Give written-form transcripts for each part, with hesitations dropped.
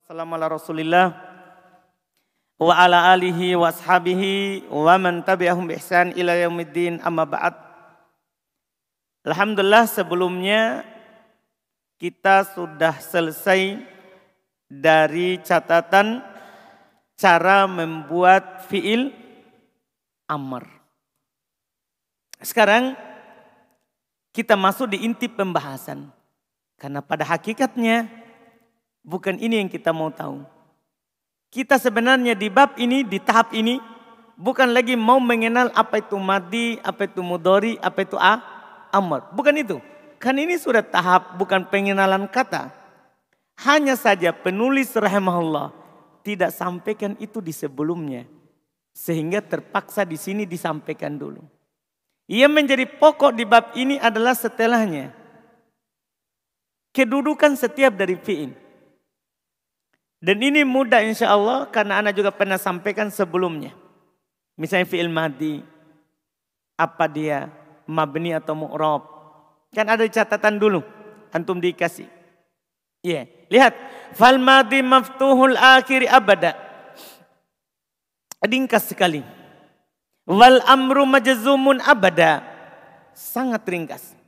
Assalamu ala Rasulillah wa ala alihi wa ashabihi wa man tabi'ahum bi ihsan ila yaumiddin, amma ba'd. Alhamdulillah, sebelumnya kita sudah selesai dari catatan cara membuat fiil amr. Sekarang kita masuk di inti pembahasan, karena pada hakikatnya bukan ini yang kita mau tahu. Kita sebenarnya di bab ini, di tahap ini, bukan lagi mau mengenal apa itu madi, apa itu mudhari, apa itu amr. Bukan itu. Kan ini sudah tahap bukan pengenalan kata. Hanya saja penulis rahimahullah tidak sampaikan itu di sebelumnya. Sehingga terpaksa di sini disampaikan dulu. Yang menjadi pokok di bab ini adalah setelahnya. Kedudukan setiap dari fi'il. Dan ini mudah insya Allah karena Ana juga pernah sampaikan sebelumnya. Misalnya fi'il madi, apa dia, mabni atau mu'rab. Kan ada catatan dulu, antum dikasih. Iya, lihat. Fal madi maftuhul akhiri abada. Ringkas sekali. Wal amru majzumun abada. Sangat ringkas.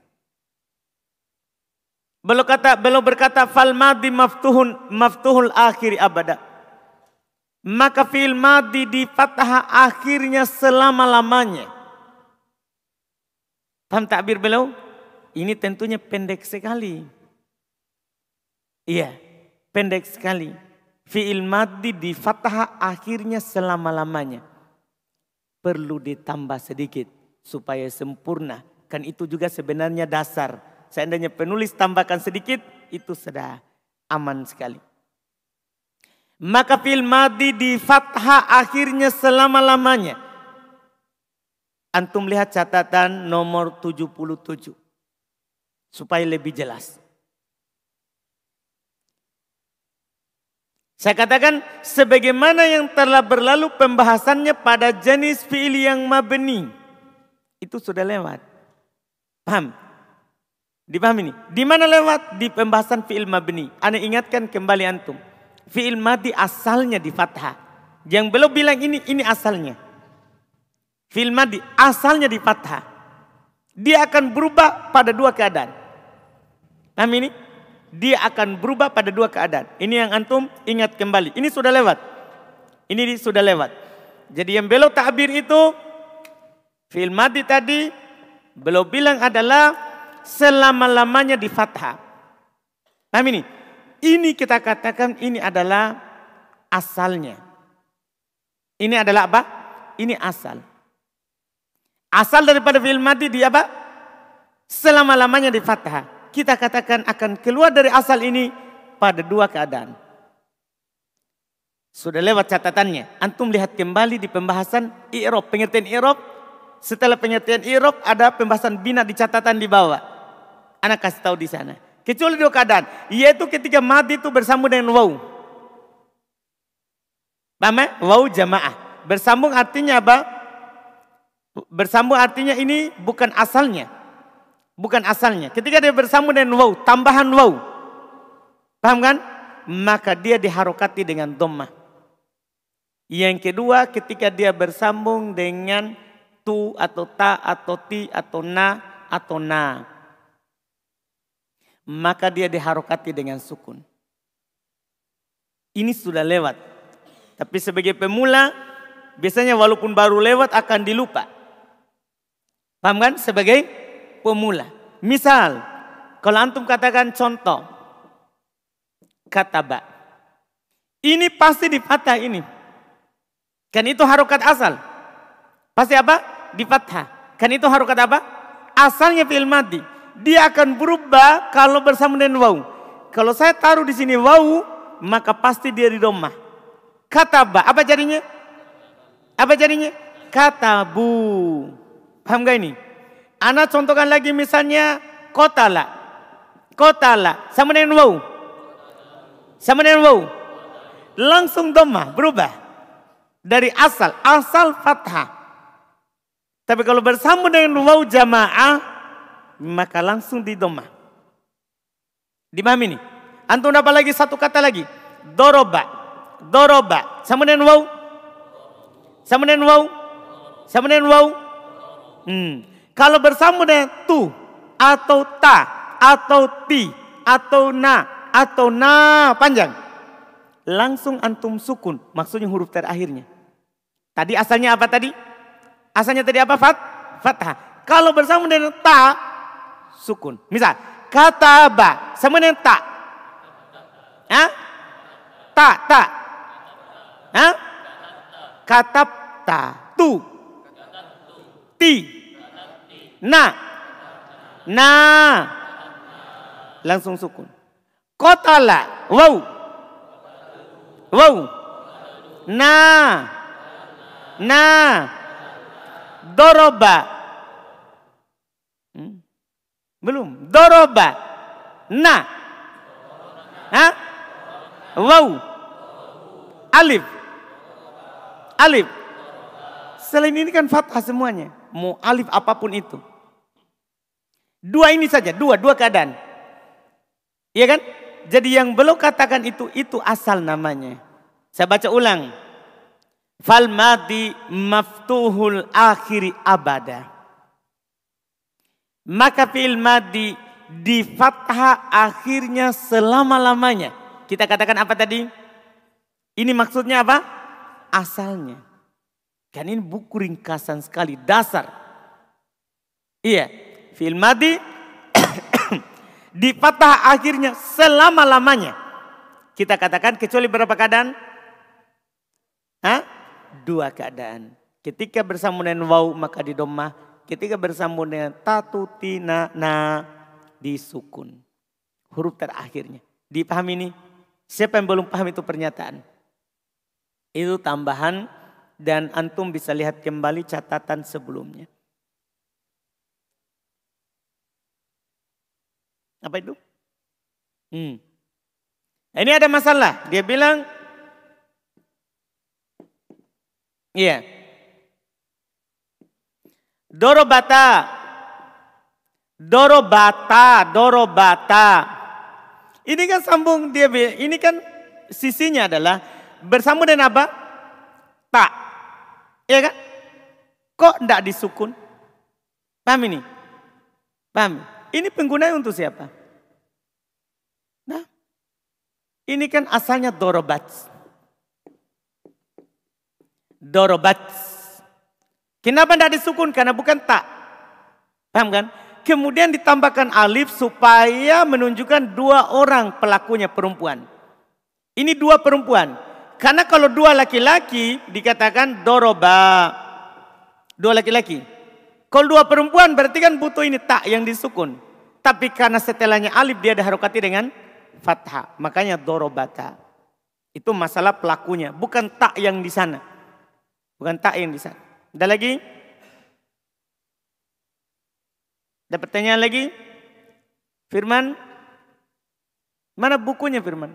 Beliau berkata fal madi maftuhul akhiri abada. Maka fi'il madi di fathah akhirnya selama-lamanya. Paham takbir beliau? Ini tentunya pendek sekali. Iya, pendek sekali. Fi'il madi di fathah akhirnya selama-lamanya. Perlu ditambah sedikit supaya sempurna. Kan itu juga sebenarnya dasar. Seandainya penulis tambahkan sedikit, itu sudah aman sekali. Maka fi'il madi di fathah akhirnya selama-lamanya. Antum lihat catatan nomor 77. Supaya lebih jelas. Saya katakan sebagaimana yang telah berlalu pembahasannya pada jenis fi'il yang mabni. Itu sudah lewat. Paham? Dipahami ini? Di mana lewat? Di pembahasan fi'il mabni. Ana ingatkan kembali antum. Fi'il madi asalnya di fathah. Yang belum bilang ini asalnya. Fi'il madi asalnya di fathah. Dia akan berubah pada dua keadaan. Paham ini? Dia akan berubah pada dua keadaan. Ini yang antum ingat kembali. Ini sudah lewat. Ini sudah lewat. Jadi yang belum ta'bir itu, fi'il madi tadi, belum bilang adalah selama-lamanya di fathah. Paham ini? Ini kita katakan ini adalah asalnya. Ini adalah apa? Ini asal. Asal daripada fi'il madi di apa? Selama-lamanya di fathah. Kita katakan akan keluar dari asal ini pada dua keadaan. Sudah lewat catatannya. Antum lihat kembali di pembahasan i'rab, pengertian i'rab. Setelah pengertian i'rab ada pembahasan bina di catatan di bawah. Anak kasih tahu di sana. Kecuali dua keadaan. Yaitu ketika madi itu bersambung dengan waw. Paham? Waw jamaah. Bersambung artinya apa? Bersambung artinya ini bukan asalnya. Bukan asalnya. Ketika dia bersambung dengan waw. Tambahan waw. Paham kan? Maka dia diharokati dengan dhammah. Yang kedua ketika dia bersambung dengan tu atau ta atau ti atau na atau na. Maka dia diharokati dengan sukun. Ini sudah lewat. Tapi sebagai pemula, biasanya walaupun baru lewat akan dilupa. Paham kan? Sebagai pemula. Misal, kalau antum katakan contoh. Kataba. Ini pasti di fathah ini. Kan itu harokat asal. Pasti apa? Di fathah. Kan itu harokat apa? Asalnya fi'il madi. Dia akan berubah kalau bersama dengan waw. Kalau saya taruh di sini waw, maka pasti dia di dhammah. Kataba, apa jadinya? Apa jadinya? Katabu. Paham gak ini? Ana contohkan lagi misalnya kotala. Kotala, sama dengan waw. Sama dengan waw. Langsung dhammah, berubah. Dari asal fathah. Tapi kalau bersambung dengan waw jamaah, maka langsung di dhammah. Dipahami ini? Antum dapat lagi satu kata lagi. doroba. Doroba. Sama dengan waw. Sama dengan waw. Sama dengan waw. Kalau bersambung dengan tu atau ta atau ti atau na panjang, langsung antum sukun. Maksudnya huruf terakhirnya. Tadi asalnya apa tadi? Asalnya tadi apa? Fathah. Kalau bersambung dengan ta, sukun. Misal, kataba sama dengan ta. Hah? Ta. Hah? Katabta. Tu. Ti. Na. Langsung sukun. Qatala. Waw. Na. Doroba. Belum. Doroba. Na. Hah? Waw. Alif. Selain ini kan fathah semuanya. Mau alif apapun itu. Dua ini saja. Dua keadaan. Iya kan? Jadi yang belum katakan itu asal namanya. Saya baca ulang. Fal madi maftuhul akhiri abada. Maka fi'il madi di fathah akhirnya selama-lamanya. Kita katakan apa tadi? Ini maksudnya apa? Asalnya. Kan ini buku ringkasan sekali, dasar. Iya, fi'il madi di fathah akhirnya selama-lamanya. Kita katakan kecuali berapa keadaan? Dua keadaan. Ketika bersambung dengan waw maka di dhammah. Ketika bersambung dengan tatu, tina, na disukun. Huruf terakhirnya. Dipahami ini? Siapa yang belum paham itu pernyataan? Itu tambahan dan antum bisa lihat kembali catatan sebelumnya. Apa itu? Ini ada masalah. Dia bilang, iya. Dorobata. Ini kan sambung dia. Ini kan sisinya adalah bersambung dengan apa? Ta. Iya kan? Kok tidak disukun? Paham ini? Paham? Ini penggunanya untuk siapa? Nah, ini kan asalnya dorobat. Kenapa tidak disukun? Karena bukan tak. Paham kan? Kemudian ditambahkan alif supaya menunjukkan dua orang pelakunya perempuan. Ini dua perempuan. Karena kalau dua laki-laki dikatakan doroba. Dua laki-laki. Kalau dua perempuan berarti kan butuh ini tak yang disukun. Tapi karena setelahnya alif dia diharokati dengan fathah. Makanya dorobata. Itu masalah pelakunya. Bukan tak yang di sana. Bukan tak yang di sana. Ada lagi? Ada pertanyaan lagi? Firman? Mana bukunya Firman?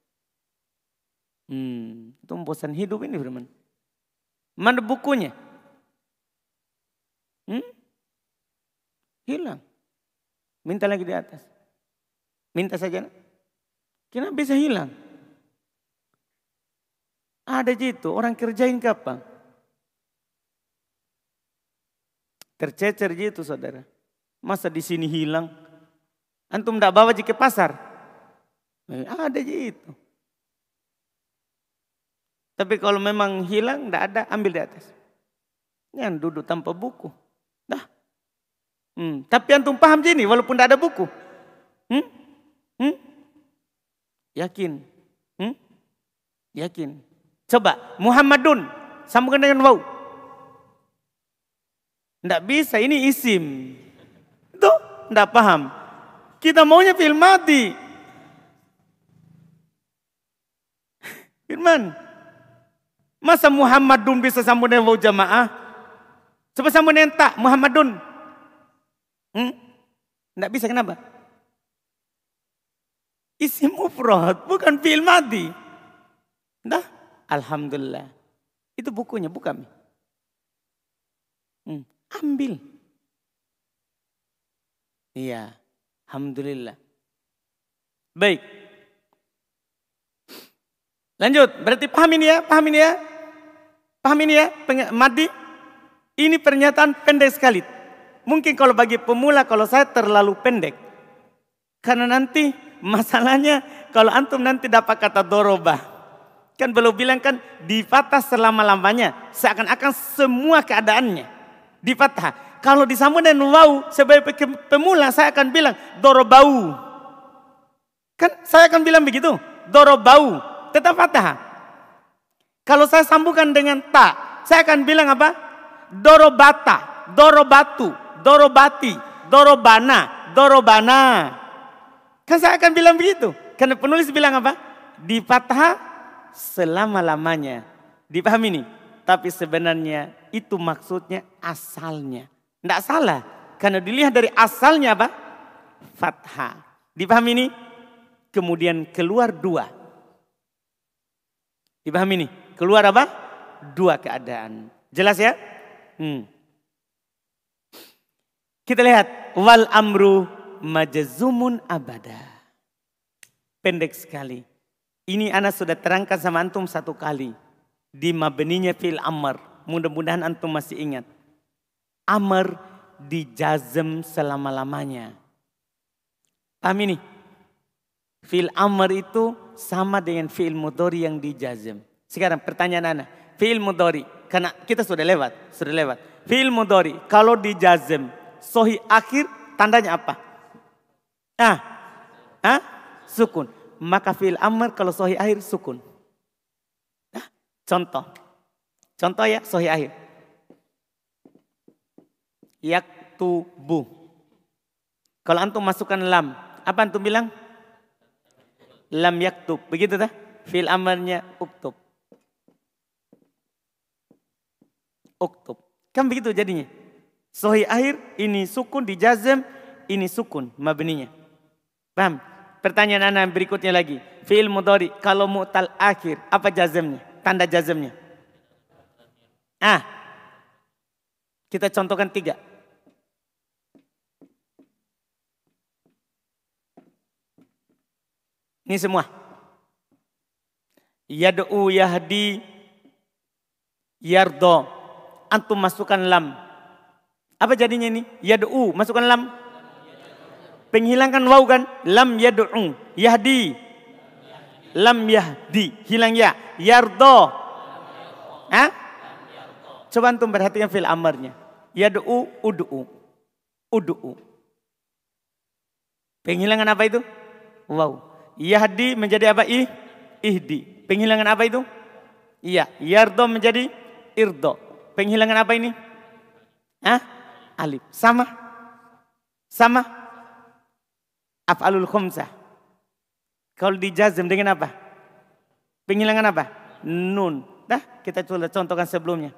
Itu bosan hidup ini Firman. Mana bukunya? Hilang. Minta lagi di atas. Minta saja. Kenapa bisa hilang? Ada gitu. Orang kerjain kapan? Tercecer gitu saudara. Masa di sini hilang? Antum tidak bawa ke pasar? Ada gitu. Tapi kalau memang hilang, tidak ada, ambil di atas. Yang duduk tanpa buku. Dah. Tapi antum paham sini walaupun tidak ada buku. Yakin? Yakin. Coba Muhammadun sambungkan dengan waw. Tidak bisa, ini isim. Itu tidak paham. Kita maunya fi'il madi. Firman. Masa Muhammadun bisa sambung dengan waw jamaah? Coba sambung dengan tak Muhammadun. Tidak bisa, kenapa? Isim mufrad, bukan fi'il madi. Dah, alhamdulillah. Itu bukunya, bukan. Ambil. Iya, alhamdulillah. Baik. Lanjut, berarti paham ini ya, paham ini ya. Paham ini ya, Madi. Ini pernyataan pendek sekali. Mungkin kalau bagi pemula, kalau saya terlalu pendek. Karena nanti masalahnya kalau antum nanti dapat kata doroba. Kan belum bilang kan di fathah selama-lamanya. Seakan-akan semua keadaannya di fathah. Kalau disambung dengan waw sebagai pemula saya akan bilang dorobau. Kan saya akan bilang begitu. Dorobau. Tetap fathah. Kalau saya sambungkan dengan ta, saya akan bilang apa? Dorobata, dorobatu, dorobati, dorobana, dorobana. Kan saya akan bilang begitu. Karena penulis bilang apa? Di fathah selama-lamanya. Dipahami ini? Tapi sebenarnya itu maksudnya asalnya. Tidak salah. Karena dilihat dari asalnya apa? Fathah. Dipahami ini? Kemudian keluar dua. Dipahami ini? Keluar apa? Dua keadaan. Jelas ya? Kita lihat. Wal amru majazumun abada. Pendek sekali. Ini anak sudah terangkan sama antum satu kali. Di mabninya fil amr. Mudah-mudahan antum masih ingat. Amr dijazm selama-lamanya. Paham ini? Fil amr itu sama dengan fi'il mudhari yang dijazm. Sekarang pertanyaan anak. Fi'il mudhari. Karena kita sudah lewat. Fi'il mudhari. Kalau dijazm. Sohi akhir tandanya apa? Sukun. Maka fi'il amr kalau sohi akhir sukun. Contoh. Contoh ya sohi akhir. Yaktubu. Kalau antum masukkan lam. Apa antum bilang? Lam yaktub. Begitu tak? Fi'il amrnya uktub. Uktub. Kan begitu jadinya. Sohi akhir ini sukun dijazm. Ini sukun mabninya. Paham? Pertanyaan anak berikutnya lagi. Fi'il mudhari kalau mu'tal akhir apa jazmnya? Tanda jazmnya. Kita contohkan 3. Ini semua. Yad'u yahdi yardo. Antum masukkan lam. Apa jadinya ini? Yad'u masukkan lam. Penghilangkan waw kan? Lam yad'u. Yahdi. Lam yahdi. Hilang ya. Yardo. Coba antum perhatikan fil amarnya. Yad'u ud'u. Ud'u. Penghilangan apa itu? Waw. Yahdi menjadi apa? Ihdi. Penghilangan apa itu? Iya. Yardo menjadi irdo. Penghilangan apa ini? Alif. Sama. Af'alul khumsah. Kalau dijazm dengan apa? Penghilangan apa? Nun. Kita contohkan sebelumnya.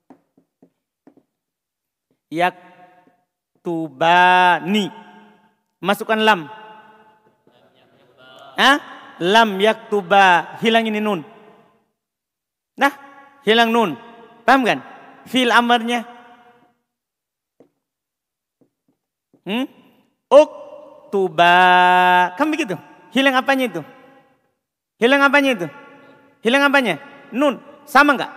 Yaktubani. Masukkan lam. Lam yaktuba. Hilang ini nun. Hilang nun. Paham kan? Fil amarnya. Uktuba. Kan begitu? Hilang apanya itu? Hilang apanya? Nun. Sama enggak?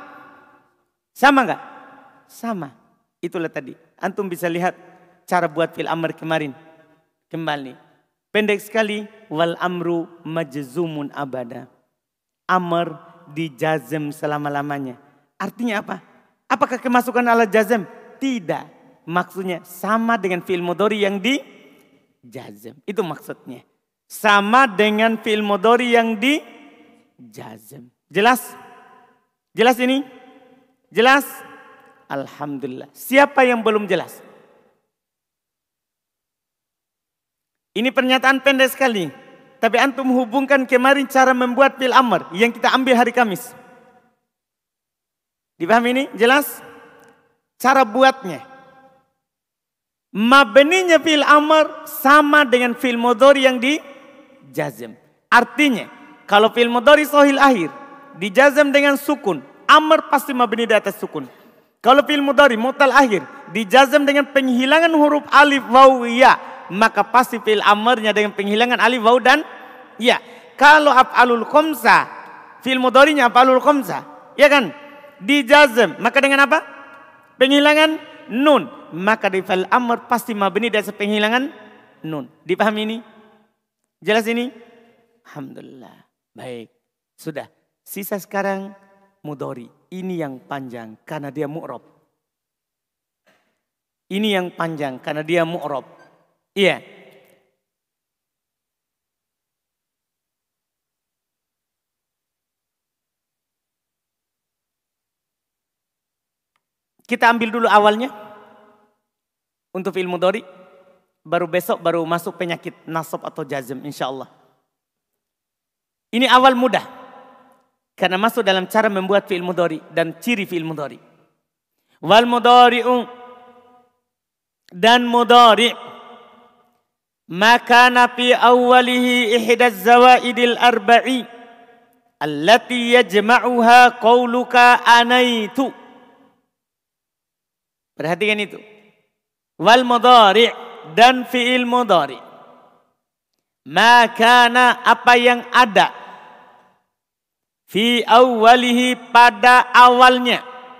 Sama. Itulah tadi. Antum bisa lihat cara buat fil amr kemarin. Kembali. Pendek sekali. Wal amru majzumun abada. Amr dijazm selama-lamanya. Artinya apa? Apakah kemasukan ala jazm? Tidak. Maksudnya sama dengan fi'il mudhari yang dijazm. Itu maksudnya. Sama dengan fi'il mudhari yang dijazm. Jelas? Jelas ini? Jelas? Alhamdulillah. Siapa yang belum jelas? Ini pernyataan pendek sekali. Tapi antum hubungkan kemarin cara membuat fi'il amr yang kita ambil hari Kamis. Dipahami ini? Jelas? Cara buatnya. Mabninya fi'il amr sama dengan fi'il mudhari yang dijazm. Artinya, kalau fi'il mudhari sohil akhir dijazm dengan sukun, amr pasti mabni di atas sukun. Kalau fi'il mudhari mu'tal akhir dijazm dengan penghilangan huruf alif waw ya, maka pasti fi'il amrnya dengan penghilangan alif waw dan ya. Kalau af'alul khamsah Fi'il mudhari'nya af'alul khamsah. Ya kan? Dijazm. Maka dengan apa? Penghilangan nun. Maka di fi'il amr pasti mabni dan penghilangan nun. Dipahami ini? Jelas ini? Alhamdulillah. Baik. Sudah. Sisa sekarang mudhari. Ini yang panjang karena dia mu'rab. Ini yang panjang karena dia mu'rab. Iya. Kita ambil dulu awalnya untuk fi'il mudhari, baru besok baru masuk penyakit nasab atau jazm insyaallah. Ini awal mudah karena masuk dalam cara membuat fi'il mudhari dan ciri fi'il mudhari. Wal mudhari'u dan mudhari maka fi awwalihi ihda zawaidil arba'i allati yajma'uha qauluka anaitu. Perhatikan itu. Wal mudhari' dan fi'il mudhari'. Makana apa yang ada. Fi awwalihi pada awalnya.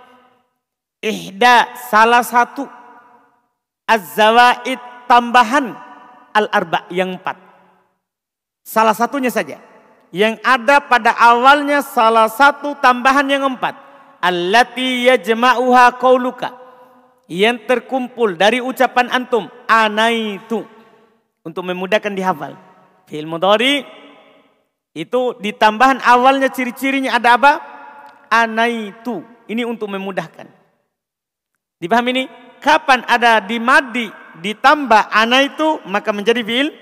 Ihda salah satu. Az-zawaid tambahan al-arba' yang 4. Salah satunya saja. Yang ada pada awalnya salah satu tambahan yang 4. Allati yajma'uha qauluka. Yang terkumpul dari ucapan antum anaitu untuk memudahkan dihafal. Fi'il mudhari itu di tambahan awalnya ciri-cirinya ada apa? Anaitu. Ini untuk memudahkan. Dipahami ini? Kapan ada di madi ditambah anaitu maka menjadi fi'il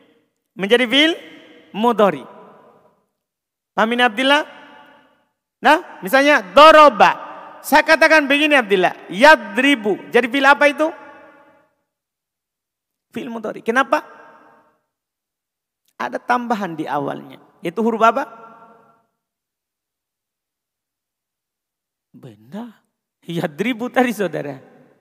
mudhari. Paham ini Abdillah? Nah, misalnya doroba. Saya katakan begini Abdillah, yadribu. Jadi fi'il apa itu? Fi'il mudhari. Kenapa? Ada tambahan di awalnya. Itu huruf apa? Benar. Yadribu tadi saudara.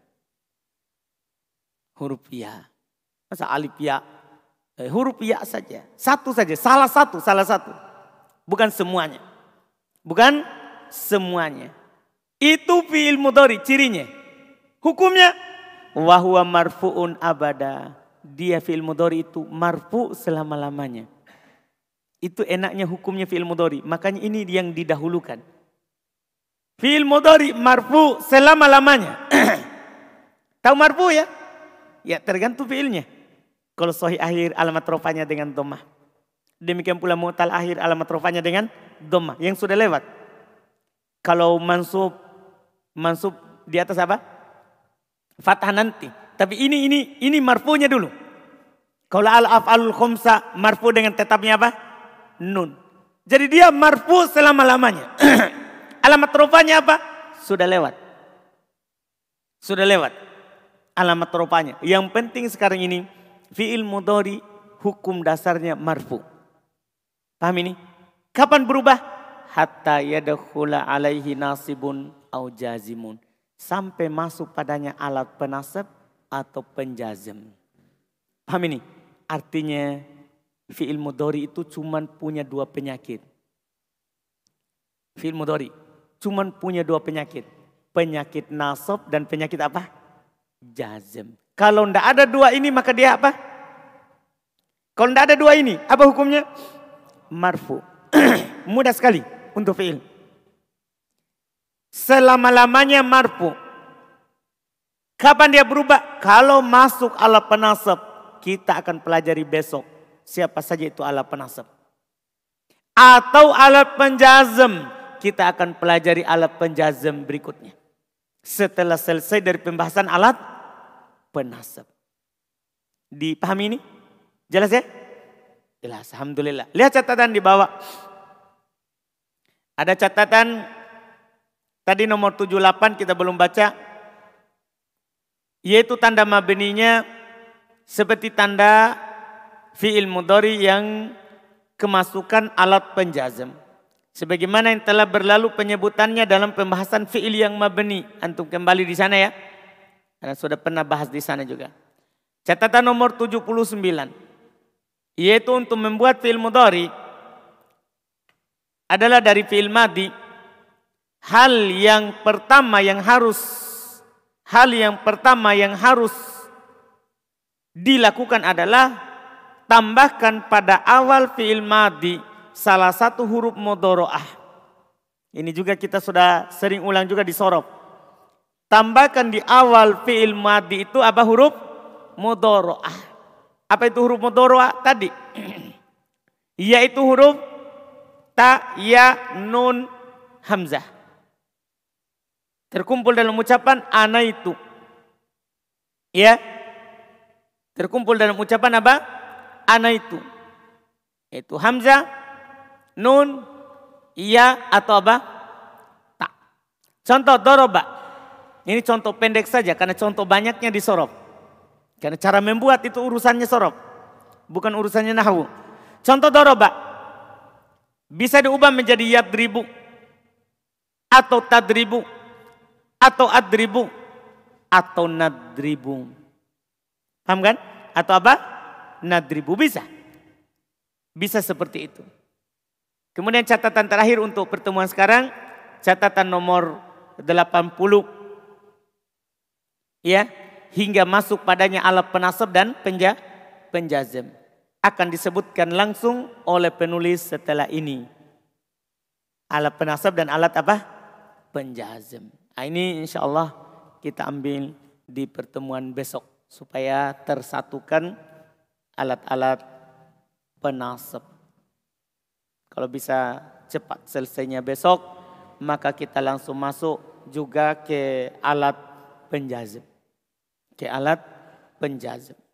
Huruf ya. Masa alif ya? Huruf ya saja. Satu saja. Salah satu. Bukan semuanya. Bukan semuanya. Itu fi'il mudhari cirinya. Hukumnya wa huwa marfu'un abada. Dia fi'il mudhari itu marfu selama-lamanya. Itu enaknya hukumnya fi'il mudhari. Makanya ini yang didahulukan. Fi'il mudhari marfu selama-lamanya. Tahu marfu ya? Ya tergantung fi'ilnya. Kalau sahih akhir alamat rafanya dengan dhammah. Demikian pula mu'tal akhir alamat rafanya dengan dhammah. Yang sudah lewat. Kalau mansub di atas apa? Fathah nanti. Tapi ini marfunya dulu. Kalau al-af'alul khamsah marfu dengan tetapnya apa? Nun. Jadi dia marfu selama-lamanya. Alamat rafanya apa? Sudah lewat. Alamat rafanya. Yang penting sekarang ini fi'il mudhari hukum dasarnya marfu. Paham ini? Kapan berubah? Hatta yadkhula alaihi nasibun au jazimun. Sampai masuk padanya alat penasab atau penjazm. Paham ini? Artinya fi'il mudhari itu cuman punya 2 penyakit. Fi'il mudhari cuman punya 2 penyakit. Penyakit nasab dan penyakit apa? Jazm. Kalau ndak ada 2 ini maka dia apa? Kalau ndak ada 2 ini apa hukumnya? Marfu. Mudah sekali untuk fi'il. Selama-lamanya marfu. Kapan dia berubah? Kalau masuk alat penasab. Kita akan pelajari besok. Siapa saja itu alat penasab. Atau alat penjazm. Kita akan pelajari alat penjazm berikutnya. Setelah selesai dari pembahasan alat penasab. Dipahami ini? Jelas ya? Jelas, alhamdulillah. Lihat catatan di bawah. Ada catatan. Tadi nomor 78 kita belum baca. Yaitu tanda mabninya seperti tanda fi'il mudhari yang kemasukan alat penjazm. Sebagaimana yang telah berlalu penyebutannya dalam pembahasan fi'il yang mabni. Antum kembali di sana ya. Karena sudah pernah bahas di sana juga. Catatan nomor 79. Yaitu untuk membuat fi'il mudhari adalah dari fi'il madhi. Hal yang pertama yang harus dilakukan adalah tambahkan pada awal fi'il madhi salah satu huruf mudhari'ah. Ini juga kita sudah sering ulang juga di sorof. Tambahkan di awal fi'il madhi itu apa? Huruf mudhari'ah. Apa itu huruf mudhari'ah tadi? Yaitu huruf ta, ya, nun, hamzah. Terkumpul dalam ucapan anaitu. Ya. Terkumpul dalam ucapan apa? Anaitu. Itu hamzah, nun, ya atau apa? Ta. Contoh doroba. Ini contoh pendek saja karena contoh banyaknya di sorof. Karena cara membuat itu urusannya sorof. Bukan urusannya nahwu. Contoh doroba. Bisa diubah menjadi yadribu. Atau tadribu. Atau adribu. Atau nadribu. Paham kan? Atau apa? Nadribu. Bisa. Bisa seperti itu. Kemudian catatan terakhir untuk pertemuan sekarang. Catatan nomor 80. Ya. Hingga masuk padanya alat penasab dan penjazm. Akan disebutkan langsung oleh penulis setelah ini. Alat penasab dan alat apa? Penjazm. Nah, ini insya Allah kita ambil di pertemuan besok. Supaya tersatukan alat-alat penasab. Kalau bisa cepat selesainya besok, maka kita langsung masuk juga ke alat penjazm. Ke alat penjazm.